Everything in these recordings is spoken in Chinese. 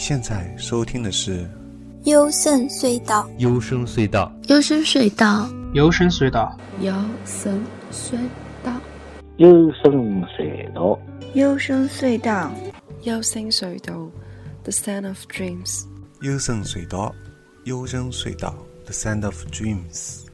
现在收听的是幽深隧道， 幽深隧道， 幽深隧道， 幽深隧道， 幽深隧道， 幽深隧道， 幽深隧道， 幽深隧道 The Sound of Dreams， 幽深隧道，幽深隧道 The Sound of Dreams。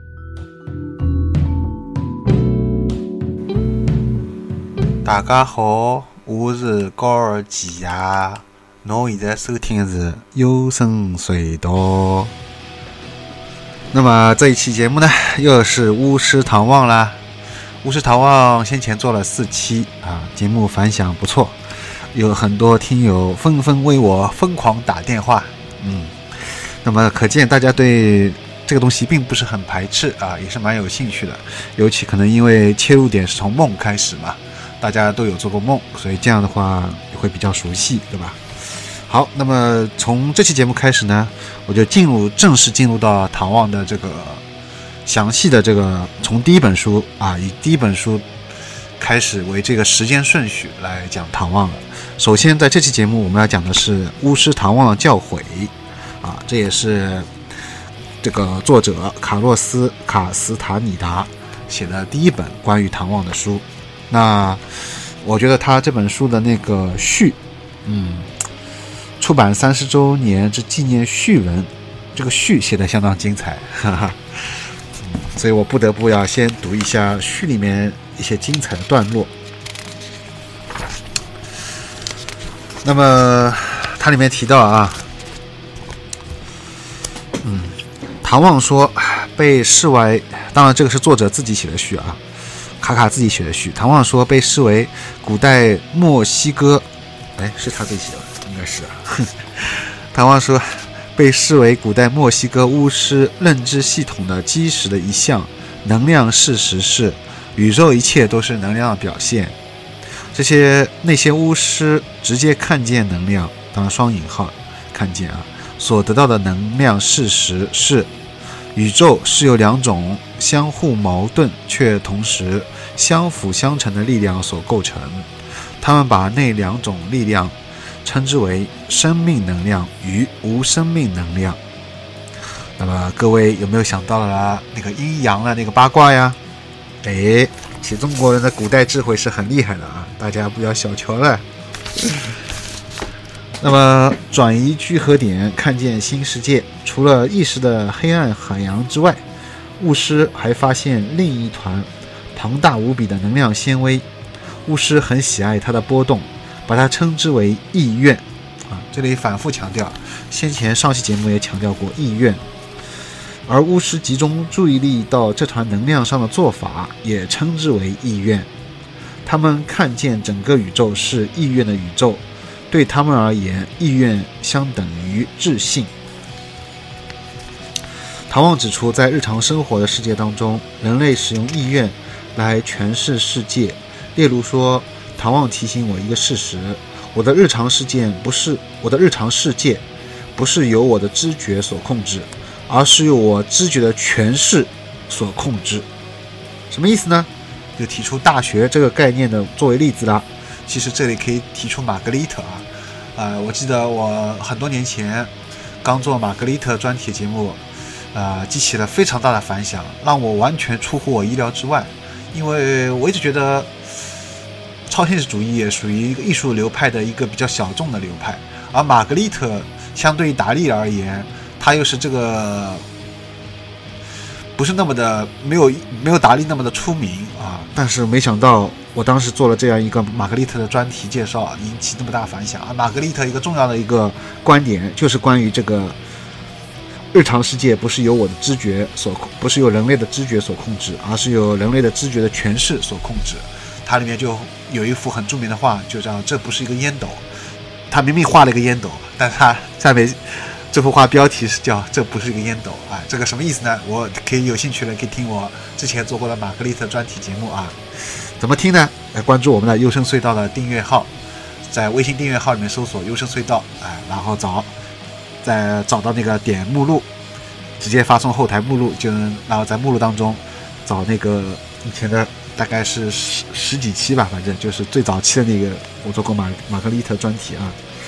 大家好，我是高尔基呀。侬现在收听的是幽深隧道。那么这一期节目呢，又是巫师唐望啦。巫师唐望先前做了4期啊，节目反响不错，有很多听友纷纷为我疯狂打电话。那么可见大家对这个东西并不是很排斥啊，也是蛮有兴趣的。尤其可能因为切入点是从梦开始嘛，大家都有做过梦，所以这样的话会比较熟悉，对吧？好，那么从这期节目开始呢，我就正式进入到唐望的这个详细的这个从第一本书啊，以第一本书开始为这个时间顺序来讲唐望了。首先在这期节目我们要讲的是巫师唐望的教诲啊，这也是这个作者卡洛斯卡斯塔尼达写的第一本关于唐望的书。那我觉得他这本书的那个序出版30周年之纪念序文，这个序写得相当精彩，所以我不得不要先读一下序里面一些精彩的段落。那么它里面提到啊，唐望说被视为，当然这个是作者自己写的序啊，卡卡自己写的序。唐望说被视为古代墨西哥，是他自己写的，应该是啊。唐望说被视为古代墨西哥巫师认知系统的基石的一项能量事实是，宇宙一切都是能量的表现。那些巫师直接看见能量，当然双引号看见啊，所得到的能量事实是，宇宙是由2种相互矛盾却同时相辅相成的力量所构成。他们把那2种力量称之为生命能量与无生命能量。那么各位有没有想到了那个阴阳的那个八卦呀？其实中国人的古代智慧是很厉害的啊，大家不要小瞧了。那么转移聚合点，看见新世界，除了意识的黑暗海洋之外，巫师还发现另一团庞大无比的能量纤维。巫师很喜爱它的波动，把它称之为意愿啊。这里反复强调，先前上期节目也强调过意愿。而巫师集中注意力到这团能量上的做法也称之为意愿。他们看见整个宇宙是意愿的宇宙，对他们而言，意愿相等于智性。唐望指出，在日常生活的世界当中，人类使用意愿来诠释世界。例如说，唐望提醒我一个事实，我的日常世界不是由我的知觉所控制，而是由我知觉的诠释所控制。什么意思呢？就提出大学这个概念的作为例子啦。其实这里可以提出玛格丽特我记得我很多年前刚做玛格丽特专题节目，激起了非常大的反响，让我完全出乎我意料之外。因为我一直觉得超现实主义也属于一个艺术流派的一个比较小众的流派，而玛格丽特相对于达利而言，他又是这个不是那么的没有达利那么的出名啊。但是没想到我当时做了这样一个玛格丽特的专题介绍，引起那么大反响啊。玛格丽特一个重要的一个观点就是关于这个日常世界不是由人类的知觉所控制，而是由人类的知觉的诠释所控制。它里面就有一幅很著名的画，就叫这不是一个烟斗。他明明画了一个烟斗，但他下面这幅画标题是叫这不是一个烟斗啊，这个什么意思呢？我可以有兴趣的可以听我之前做过的玛格丽特专题节目啊。怎么听呢？来关注我们的幽深隧道的订阅号，在微信订阅号里面搜索幽深隧道，然后再找到那个点目录，直接发送后台目录就能，然后在目录当中找那个以前的大概是十几期吧，反正就是最早期的那个我做过玛格丽特专题啊。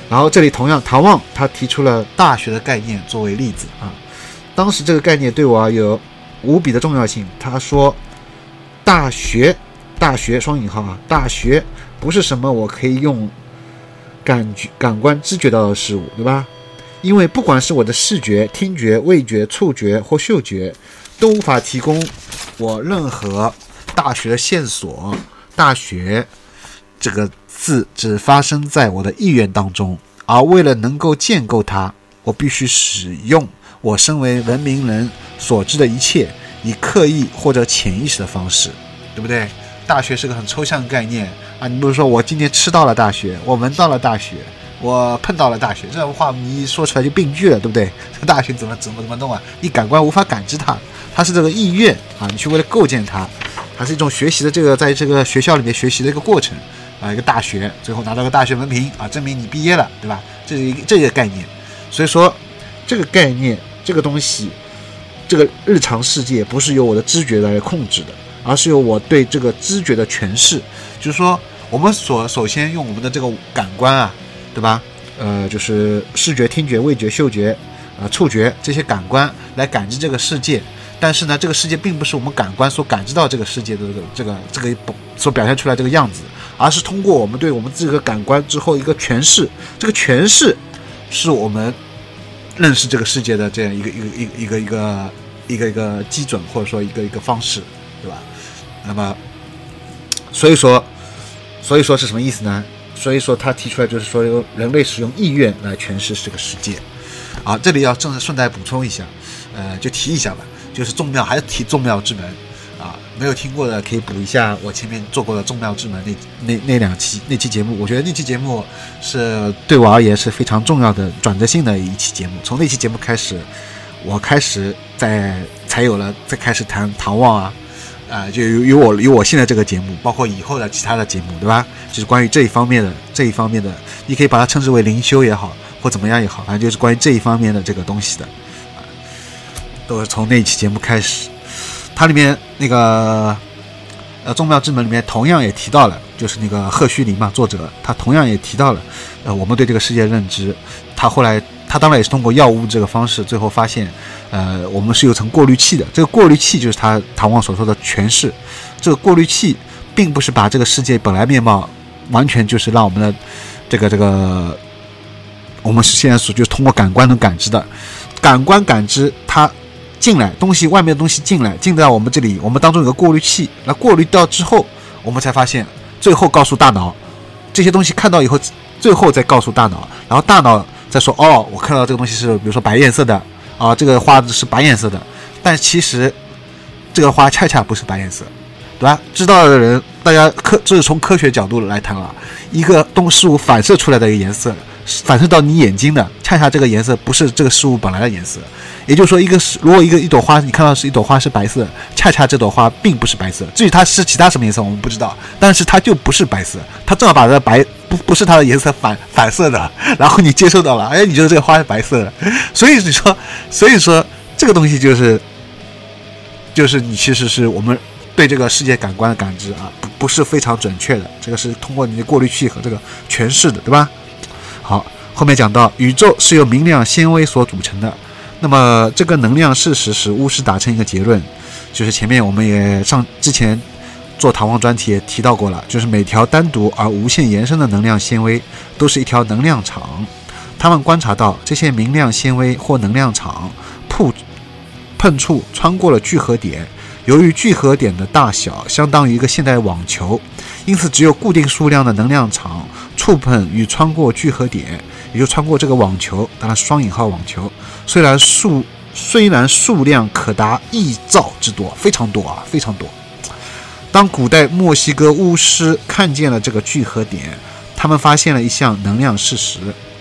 然后这里同样唐望他提出了大学的概念作为例子啊，当时这个概念对我有无比的重要性。他说大学双引号啊，大学不是什么我可以用感官知觉到的事物，对吧？因为不管是我的视觉、听觉、味觉、触觉或嗅觉，都无法提供我任何大学的线索。大学这个字只发生在我的意愿当中，而为了能够建构它，我必须使用我身为文明人所知的一切，以刻意或者潜意识的方式，对不对？大学是个很抽象的概念啊！你比如说，我今天吃到了大学，我闻到了大学，我碰到了大学，这种话你一说出来就病句了，对不对？大学怎么弄啊？你感官无法感知它，它是这个意愿啊，你去为了构建它，它是一种学习的这个在这个学校里面学习的一个过程啊，一个大学，最后拿到个大学文凭啊，证明你毕业了，对吧？这个概念，所以说这个概念，这个东西，这个日常世界不是由我的知觉来控制的，而是由我对这个知觉的诠释。就是说，我们首先用我们的这个感官啊，对吧？就是视觉、听觉、味觉、嗅觉、触觉这些感官来感知这个世界。但是呢，这个世界并不是我们感官所感知到这个世界的这个所表现出来这个样子，而是通过我们对我们这个感官之后一个诠释。这个诠释是我们认识这个世界的这样一个基准，或者说一个方式，对吧？那么，所以说是什么意思呢？所以说他提出来就是说，人类使用意愿来诠释这个世界。好，这里要顺带补充一下，就提一下吧，就是众妙，还是提众妙之门啊，没有听过的可以补一下我前面做过的众妙之门那期节目。我觉得那期节目是对我而言是非常重要的转折性的一期节目。从那期节目开始，我开始才有了再开始谈唐望就有我现在这个节目，包括以后的其他的节目，对吧？就是关于这一方面的，你可以把它称之为灵修也好，或怎么样也好，反正就是关于这一方面的这个东西的，都是从那一期节目开始。它里面那个众妙之门里面同样也提到了，就是那个赫胥黎嘛，作者他同样也提到了我们对这个世界认知。他当然也是通过药物这个方式，最后发现我们是有层过滤器的。这个过滤器就是唐望所说的诠释。这个过滤器并不是把这个世界本来面貌完全就是让我们的这个我们是现在就是通过感官能感知的。感官感知它进来外面的东西进到我们这里，我们当中有个过滤器，那过滤掉之后，我们才发现，最后告诉大脑这些东西看到以后，最后再告诉大脑，然后大脑再说我看到这个东西是比如说白颜色的啊，这个花是白颜色的，但其实这个花恰恰不是白颜色，对吧？知道的人，大家这是从科学角度来谈了，一个事物反射出来的一个颜色，反射到你眼睛的，恰恰这个颜色不是这个事物本来的颜色。也就是说，如果一朵花你看到是一朵花是白色，恰恰这朵花并不是白色。至于它是其他什么颜色我们不知道，但是它就不是白色，它正好把这白不是它的颜色反射的，然后你接受到了，你觉得这个花是白色的。所以说这个东西就是你其实是我们对这个世界感官的感知不是非常准确的，这个是通过你的过滤器和这个诠释的，对吧？好，后面讲到宇宙是由明亮纤维所组成的。那么这个能量事实使巫师达成一个结论，就是前面我们也之前做唐望专题也提到过了，就是每条单独而无限延伸的能量纤维都是一条能量场。他们观察到这些明亮纤维或能量场碰触穿过了聚合点，由于聚合点的大小相当于一个现代网球，因此只有固定数量的能量场触碰与穿过聚合点，也就穿过这个网球，当然双引号网球，虽然数量可达亿兆之多，非常多非常多。当古代墨西哥巫师看见了这个聚合点，他们发现了一项能量事实：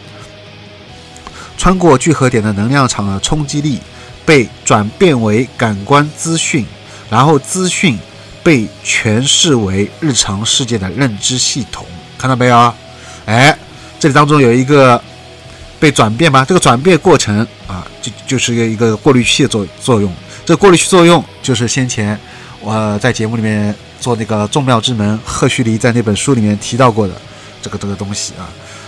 穿过聚合点的能量场的冲击力被转变为感官资讯，然后资讯被诠释为日常世界的认知系统。看到没有？这里当中有一个被转变吧，这个转变过程就是一个过滤器的作用。这个过滤器作用就是先前我在节目里面做那个众妙之门，赫胥黎在那本书里面提到过的这个东西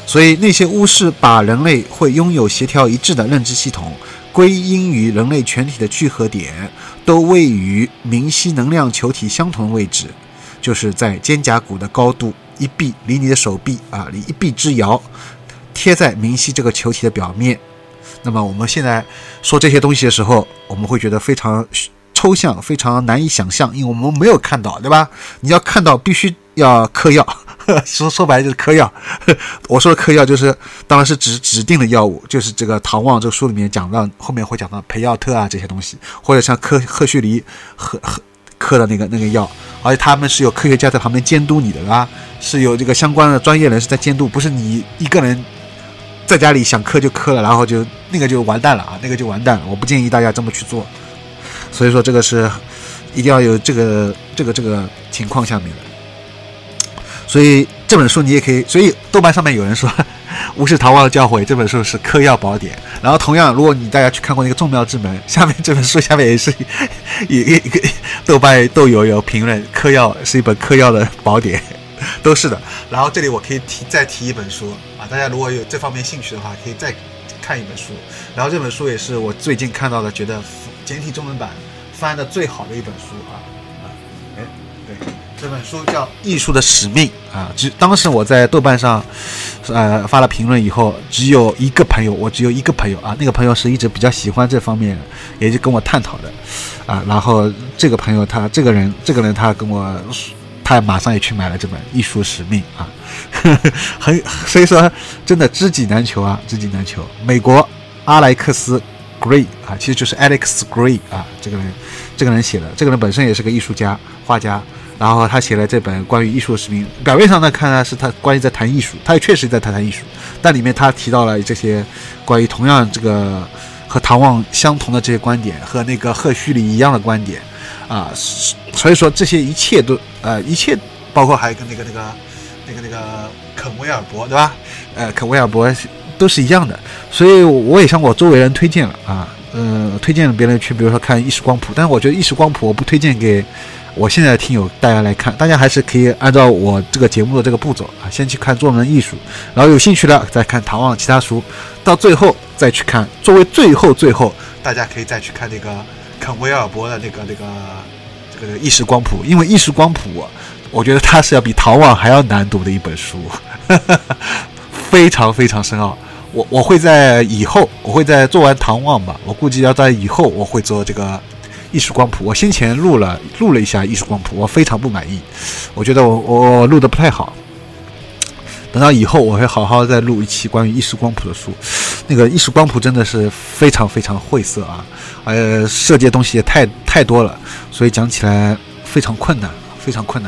所以那些巫师把人类会拥有协调一致的认知系统归因于人类全体的聚合点都位于明晰能量球体相同的位置，就是在肩胛骨的高度一臂离你的手臂离一臂之遥，贴在明晰这个球体的表面。那么我们现在说这些东西的时候，我们会觉得非常抽象，非常难以想象，因为我们没有看到，对吧？你要看到必须要嗑药，说白了就是嗑药。我说的嗑药就是当然是指定的药物，就是这个唐望这个书里面讲到，后面会讲到培药特这些东西，或者像赫胥黎嗑的那个药，而且他们是有科学家在旁边监督你的，对吧？是有这个相关的专业人士在监督，不是你一个人在家里想嗑就嗑了，然后就那个就完蛋了那个就完蛋了。我不建议大家这么去做。所以说这个是一定要有这个情况下面的。所以这本书你也可以，所以豆瓣上面有人说巫师唐望教诲这本书是嗑药宝典。然后同样如果大家去看过那个众妙之门，下面这本书下面也是一个豆瓣豆友有评论，嗑药是一本嗑药的宝典，都是的。然后这里我可以再提一本书大家如果有这方面兴趣的话可以再看一本书。然后这本书也是我最近看到的觉得简体中文版翻的最好的一本书对，这本书叫《艺术的使命》当时我在豆瓣上发了评论以后，只有一个朋友那个朋友是一直比较喜欢这方面的，也就跟我探讨的然后这个朋友这个人他跟我，他马上也去买了这本《艺术使命》所以说真的知己难求知己难求。美国阿莱克斯Gray 其实就是 Alex Gray 这个人写的，这个人本身也是个艺术家画家，然后他写了这本关于艺术的使命。表面上呢看是他关于在谈艺术，他也确实在谈艺术，但里面他提到了这些关于同样这个和唐望相同的这些观点，和那个赫胥黎一样的观点所以说这些一切都一切包括还有跟那个肯维尔伯，对吧？肯维尔伯都是一样的。所以我也向我周围人推荐了推荐了别人去比如说看意识光谱，但是我觉得意识光谱我不推荐给我现在的听友大家来看，大家还是可以按照我这个节目的这个步骤先去看做人艺术，然后有兴趣了再看唐望的其他书，到最后再去看，作为最后大家可以再去看那个肯维尔伯的这个意识光谱，因为意识光谱我觉得它是要比唐望还要难读的一本书非常非常深奥。我会在以后，我会在做完唐望吧，我估计要在以后我会做这个意识光谱。我先前录了一下意识光谱，我非常不满意，我觉得我录的不太好。等到以后我会好好再录一期关于意识光谱的书。那个意识光谱真的是非常非常晦涩涉及的东西也太多了，所以讲起来非常困难，非常困难。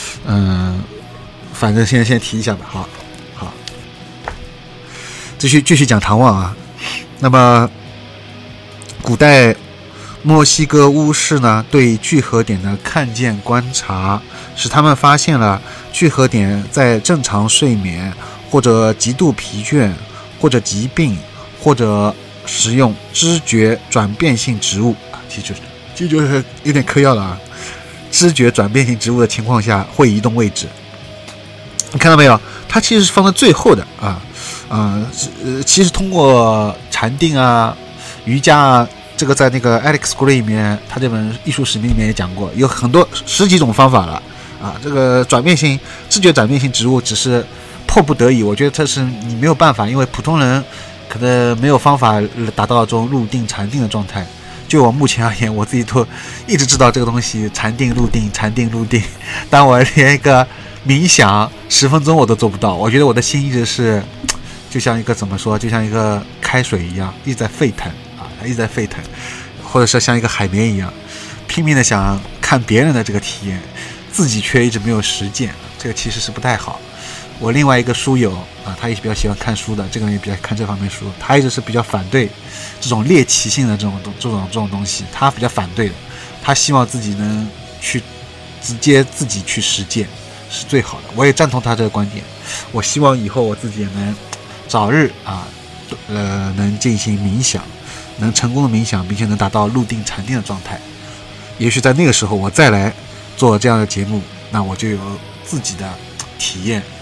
反正先提一下吧。好，继续讲唐望那么古代墨西哥巫师呢对聚合点的看见观察，使他们发现了聚合点在正常睡眠或者极度疲倦或者疾病或者食用知觉转变性植物其实就是有点嗑药了知觉转变性植物的情况下会移动位置。你看到没有，它其实是放在最后的其实通过禅定瑜伽这个在那个 Alex Gray 里面，他这本艺术使命里面也讲过，有很多10几种方法了这个知觉转变性植物只是迫不得已，我觉得这是你没有办法，因为普通人可能没有方法达到这种入定禅定的状态。就我目前而言，我自己都一直知道这个东西禅定入定，但我连一个冥想10分钟我都做不到。我觉得我的心一直是就像一个怎么说，就像一个开水一样一直在沸腾一直在沸腾，或者是像一个海绵一样拼命的想看别人的这个体验，自己却一直没有实践，这个其实是不太好。我另外一个书友他也比较喜欢看书的，这个人也比较看这方面书，他一直是比较反对这种猎奇性的这种东西，他比较反对的，他希望自己能去直接自己去实践是最好的。我也赞同他这个观点，我希望以后我自己也能早日能进行冥想，能成功的冥想，并且能达到入定禅定的状态。也许在那个时候我再来做这样的节目，那我就有自己的体验，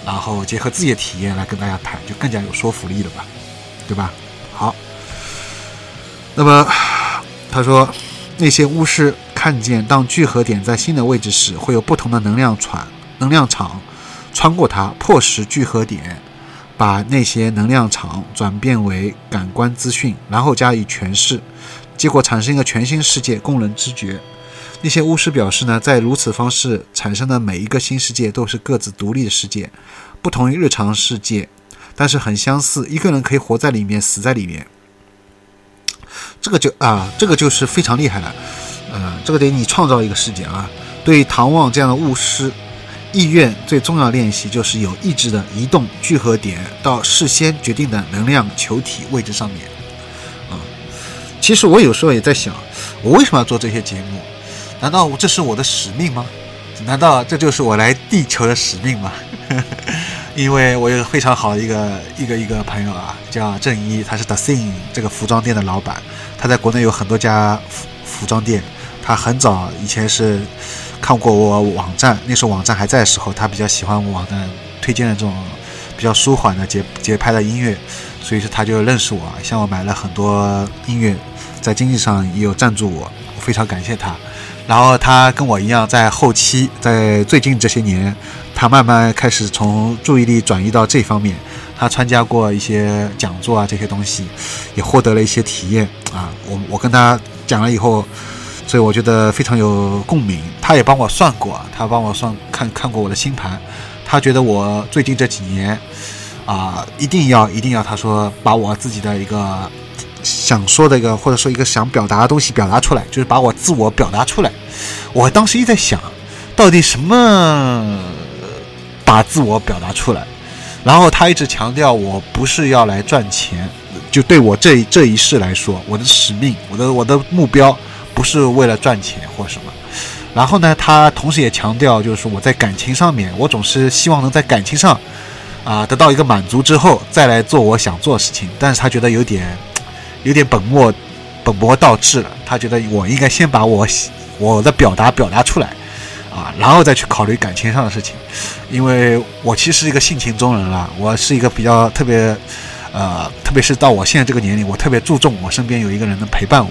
然后结合自己的体验来跟大家谈，就更加有说服力了吧，对吧？好，那么他说，那些巫师看见当聚合点在新的位置时，会有不同的能量场穿过它，迫使聚合点把那些能量场转变为感官资讯，然后加以诠释，结果产生一个全新世界供人知觉。那些巫师表示呢，在如此方式产生的每一个新世界都是各自独立的世界，不同于日常世界，但是很相似，一个人可以活在里面，死在里面。这个就是非常厉害了。这个得你创造一个世界啊。对于唐望这样的巫师，意愿最重要的练习就是有意志的移动聚合点到事先决定的能量球体位置上面。其实我有时候也在想，我为什么要做这些节目？难道这是我的使命吗？难道这就是我来地球的使命吗？因为我有非常好的一个朋友啊，叫郑一，他是 The Thing 这个服装店的老板，他在国内有很多家服装店。他很早以前是看过我网站，那时候网站还在的时候，他比较喜欢我网站推荐的这种比较舒缓的节拍的音乐，所以说他就认识我，向我买了很多音乐，在经济上也有赞助我非常感谢他。然后他跟我一样，在后期，在最近这些年，他慢慢开始从注意力转移到这方面。他参加过一些讲座啊，这些东西也获得了一些体验啊。我跟他讲了以后，所以我觉得非常有共鸣。他也帮我算过，他帮我看过我的星盘，他觉得我最近这几年一定要，他说把我自己的一个想说的一个，或者说一个想表达的东西表达出来，就是把我自我表达出来。我当时一直在想，到底什么把自我表达出来？然后他一直强调，我不是要来赚钱，就对我这一世来说，我的使命，我的目标不是为了赚钱或什么。然后呢，他同时也强调，就是我在感情上面，我总是希望能在感情上得到一个满足之后，再来做我想做的事情。但是他觉得有点本末倒置了，他觉得我应该先把我的表达出来然后再去考虑感情上的事情。因为我其实是一个性情中人了，我是一个比较特别是到我现在这个年龄，我特别注重我身边有一个人能陪伴我。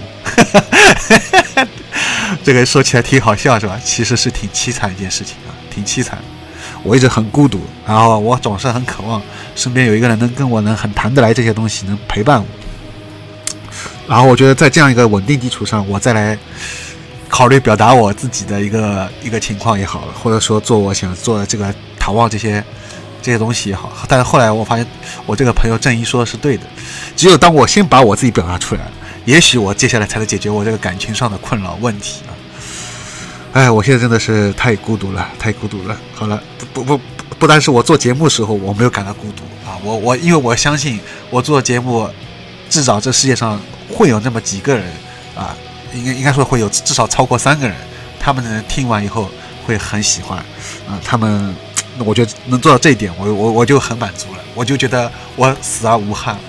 这个说起来挺好笑是吧？其实是挺凄惨一件事情挺凄惨。我一直很孤独，然后我总是很渴望身边有一个人能跟我很谈得来这些东西，能陪伴我。然后我觉得在这样一个稳定基础上，我再来考虑表达我自己的一个情况也好，或者说做我想做的这个唐望这些东西也好。但是后来我发现，我这个朋友郑一说的是对的，只有当我先把我自己表达出来了，也许我接下来才能解决我这个感情上的困扰问题我现在真的是太孤独了。好了，不单是我做节目的时候我没有感到孤独因为我相信我做节目，至少这世界上会有那么几个人应该说会有至少超过3个人，他们听完以后会很喜欢他们，我觉得能做到这一点，我就很满足了。我就觉得我死而无憾，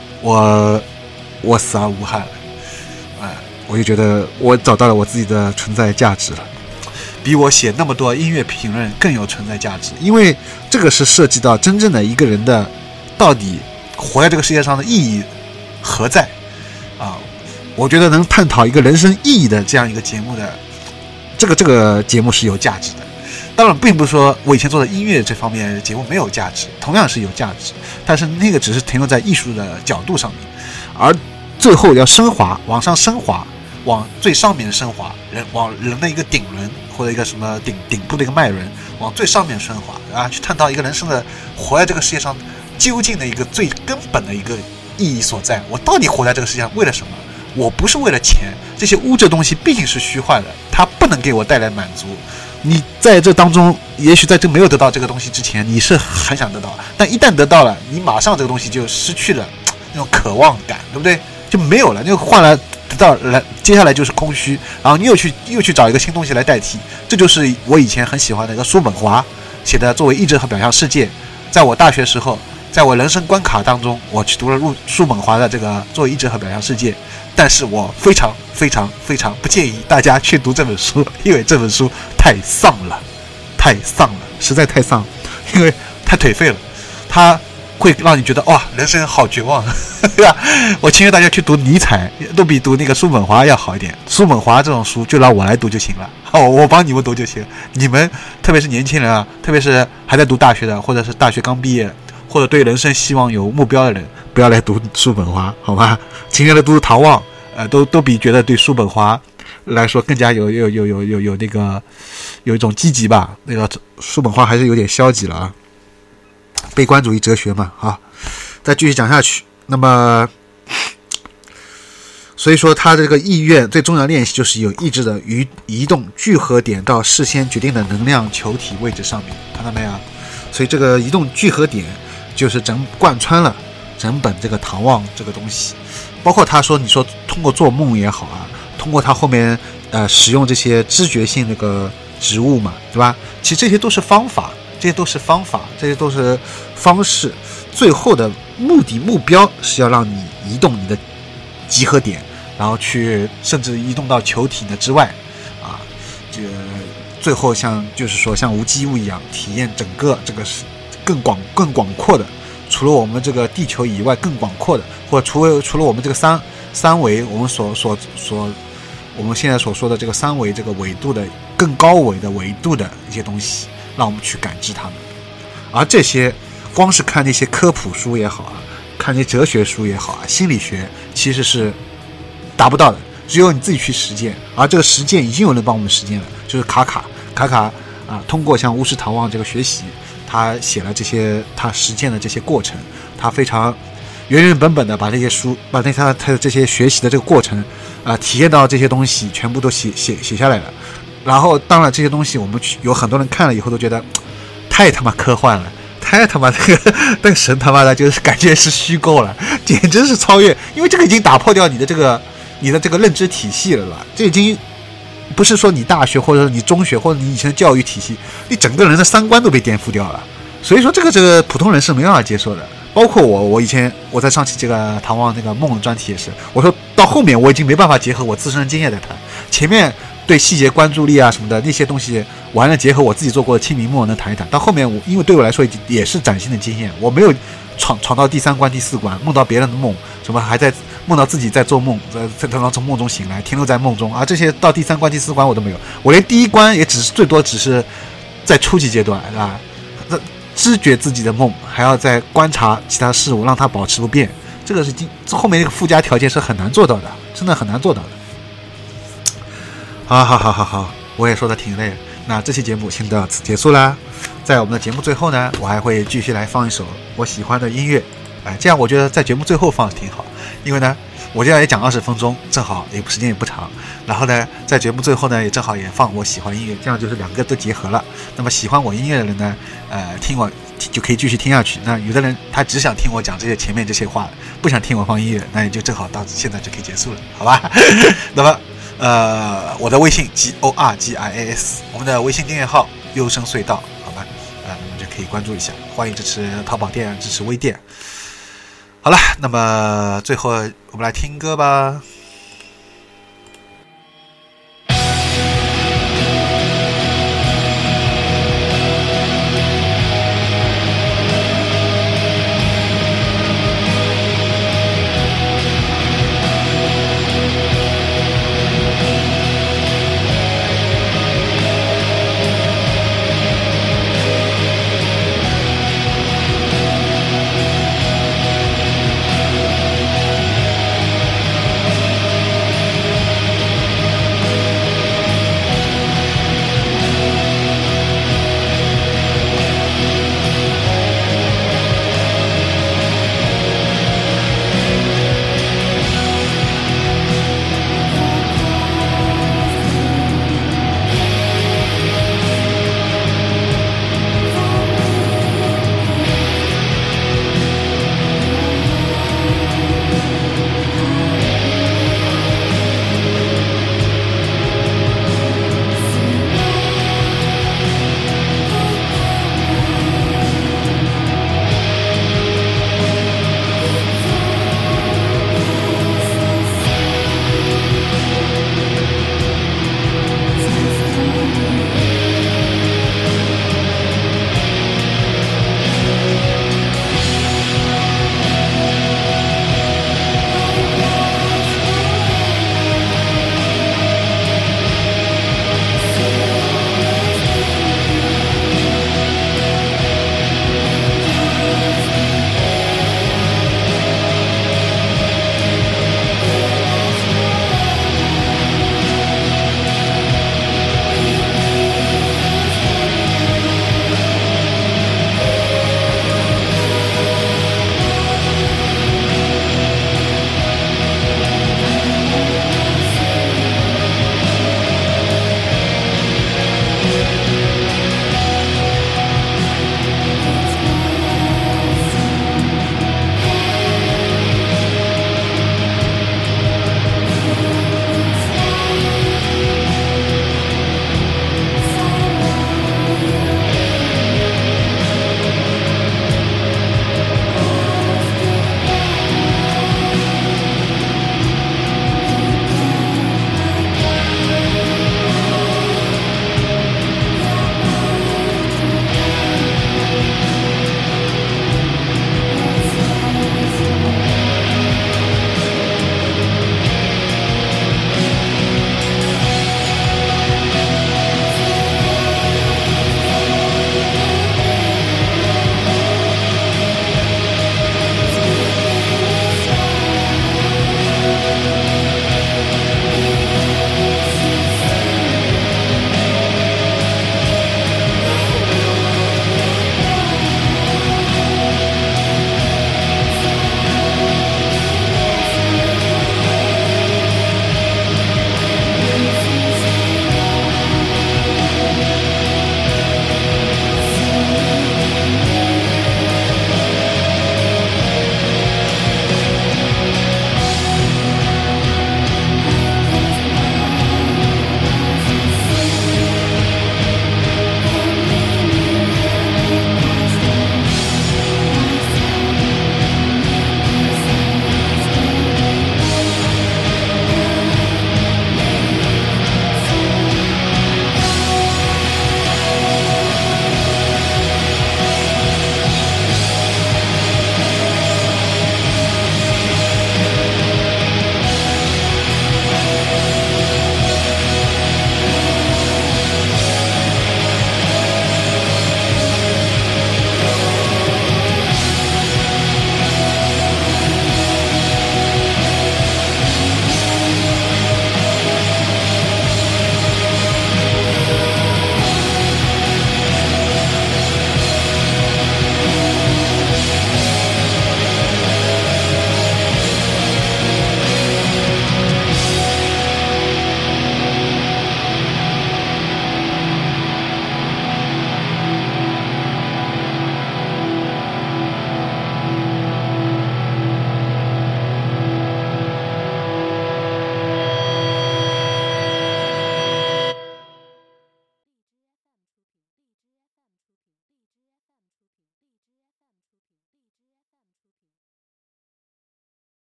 我死而无憾了我就觉得我找到了我自己的存在价值了，比我写那么多音乐评论更有存在价值。因为这个是涉及到真正的一个人的到底活在这个世界上的意义何在我觉得能探讨一个人生意义的这样一个节目的这个节目是有价值的。当然并不是说我以前做的音乐这方面的节目没有价值，同样是有价值，但是那个只是停留在艺术的角度上面，而最后要升华，往上升华，往最上面升华，往人的一个顶轮或者一个什么顶部的一个脉轮往最上面升华去探讨一个人生的活在这个世界上究竟的一个最根本的一个意义所在。我到底活在这个世界上为了什么？我不是为了钱，这些物质东西毕竟是虚幻的，它不能给我带来满足。你在这当中，也许在这没有得到这个东西之前，你是很想得到，但一旦得到了，你马上这个东西就失去了那种渴望感，对不对？就没有了，就换了得到了，接下来就是空虚，然后你又去找一个新东西来代替。这就是我以前很喜欢的一个叔本华写的《作为意志和表象世界》。在我大学时候，在我人生关卡当中，我去读了叔本华的这个《作为意志和表象世界》。但是我非常不建议大家去读这本书，因为这本书太丧了，实在太丧。因为太颓废了，它会让你觉得哇，人生好绝望，对吧？我情愿大家去读尼采，都比读那个叔本华要好一点。叔本华这种书就让我来读就行了，我帮你们读就行。你们特别是年轻人啊，特别是还在读大学的，或者是大学刚毕业，或者对人生希望有目标的人，不要来读叔本华，好吧？情愿来读唐望，都比觉得对叔本华来说更加有那个有一种积极吧。那个叔本华还是有点消极了啊。悲观主义哲学嘛，好，再继续讲下去。那么，所以说他这个意愿最重要的练习就是有意志的移动聚合点到事先决定的能量球体位置上面，看到没有？所以这个移动聚合点就是贯穿了整本这个唐望这个东西，包括他说，你说通过做梦也好啊，通过他后面使用这些知觉性那个植物嘛，对吧？其实这些都是方法。这些都是方法，这些都是方式，最后的目标是要让你移动你的集合点，然后去甚至移动到球体的之外啊，这个最后就是说像无机物一样体验整个这个是更广阔的，除了我们这个地球以外更广阔的，或者除了我们这个三维我们我们现在所说的这个三维这个纬度的更高维的纬度的一些东西，让我们去感知它们。而这些光是看那些科普书也好啊，看那些哲学书也好啊，心理学其实是达不到的，只有你自己去实践。而这个实践已经有人帮我们实践了，就是卡卡啊，通过像巫师唐望这个学习，他写了这些他实践的这些过程，他非常原本的把这些书，把他的这些学习的这个过程体验到这些东西全部都写下来了。然后当然这些东西我们有很多人看了以后都觉得太他妈科幻了，太他妈那个神他妈的就是感觉是虚构了，简直是超越，因为这个已经打破掉你的这个认知体系了吧？这已经不是说你大学或者你中学或者你以前的教育体系，你整个人的三观都被颠覆掉了。所以说这个普通人是没办法接受的。包括我以前我在上期这个唐望那个梦的专题也是，我说到后面我已经没办法结合我自身的经验来谈，前面对细节关注力啊什么的那些东西，我还能结合我自己做过的清明梦能谈一谈。到后面因为对我来说也是崭新的经验，我没有闯到第3关第4关，梦到别人的梦，什么还在梦到自己在做梦，从梦中醒来，停留在梦中啊，这些到第3关第4关我都没有，我连第1关也最多只是在初级阶段啊，知觉自己的梦，还要再观察其他事物，让它保持不变，这个是后面那个附加条件是很难做到的，真的很难做到的。好，我也说的挺累了，那这期节目先到此结束啦。在我们的节目最后呢，我还会继续来放一首我喜欢的音乐，这样我觉得在节目最后放挺好，因为呢我这样也讲20分钟，正好时间也不长，然后呢在节目最后呢也正好也放我喜欢的音乐，这样就是两个都结合了。那么喜欢我音乐的人呢听我就可以继续听下去，那有的人他只想听我讲这些前面这些话，不想听我放音乐，那也就正好到现在就可以结束了，好吧？那么我的微信 GORGIAS， 我们的微信订阅号优声隧道，好吧？那么就可以关注一下，欢迎支持淘宝店，支持微店。好了，那么最后我们来听歌吧。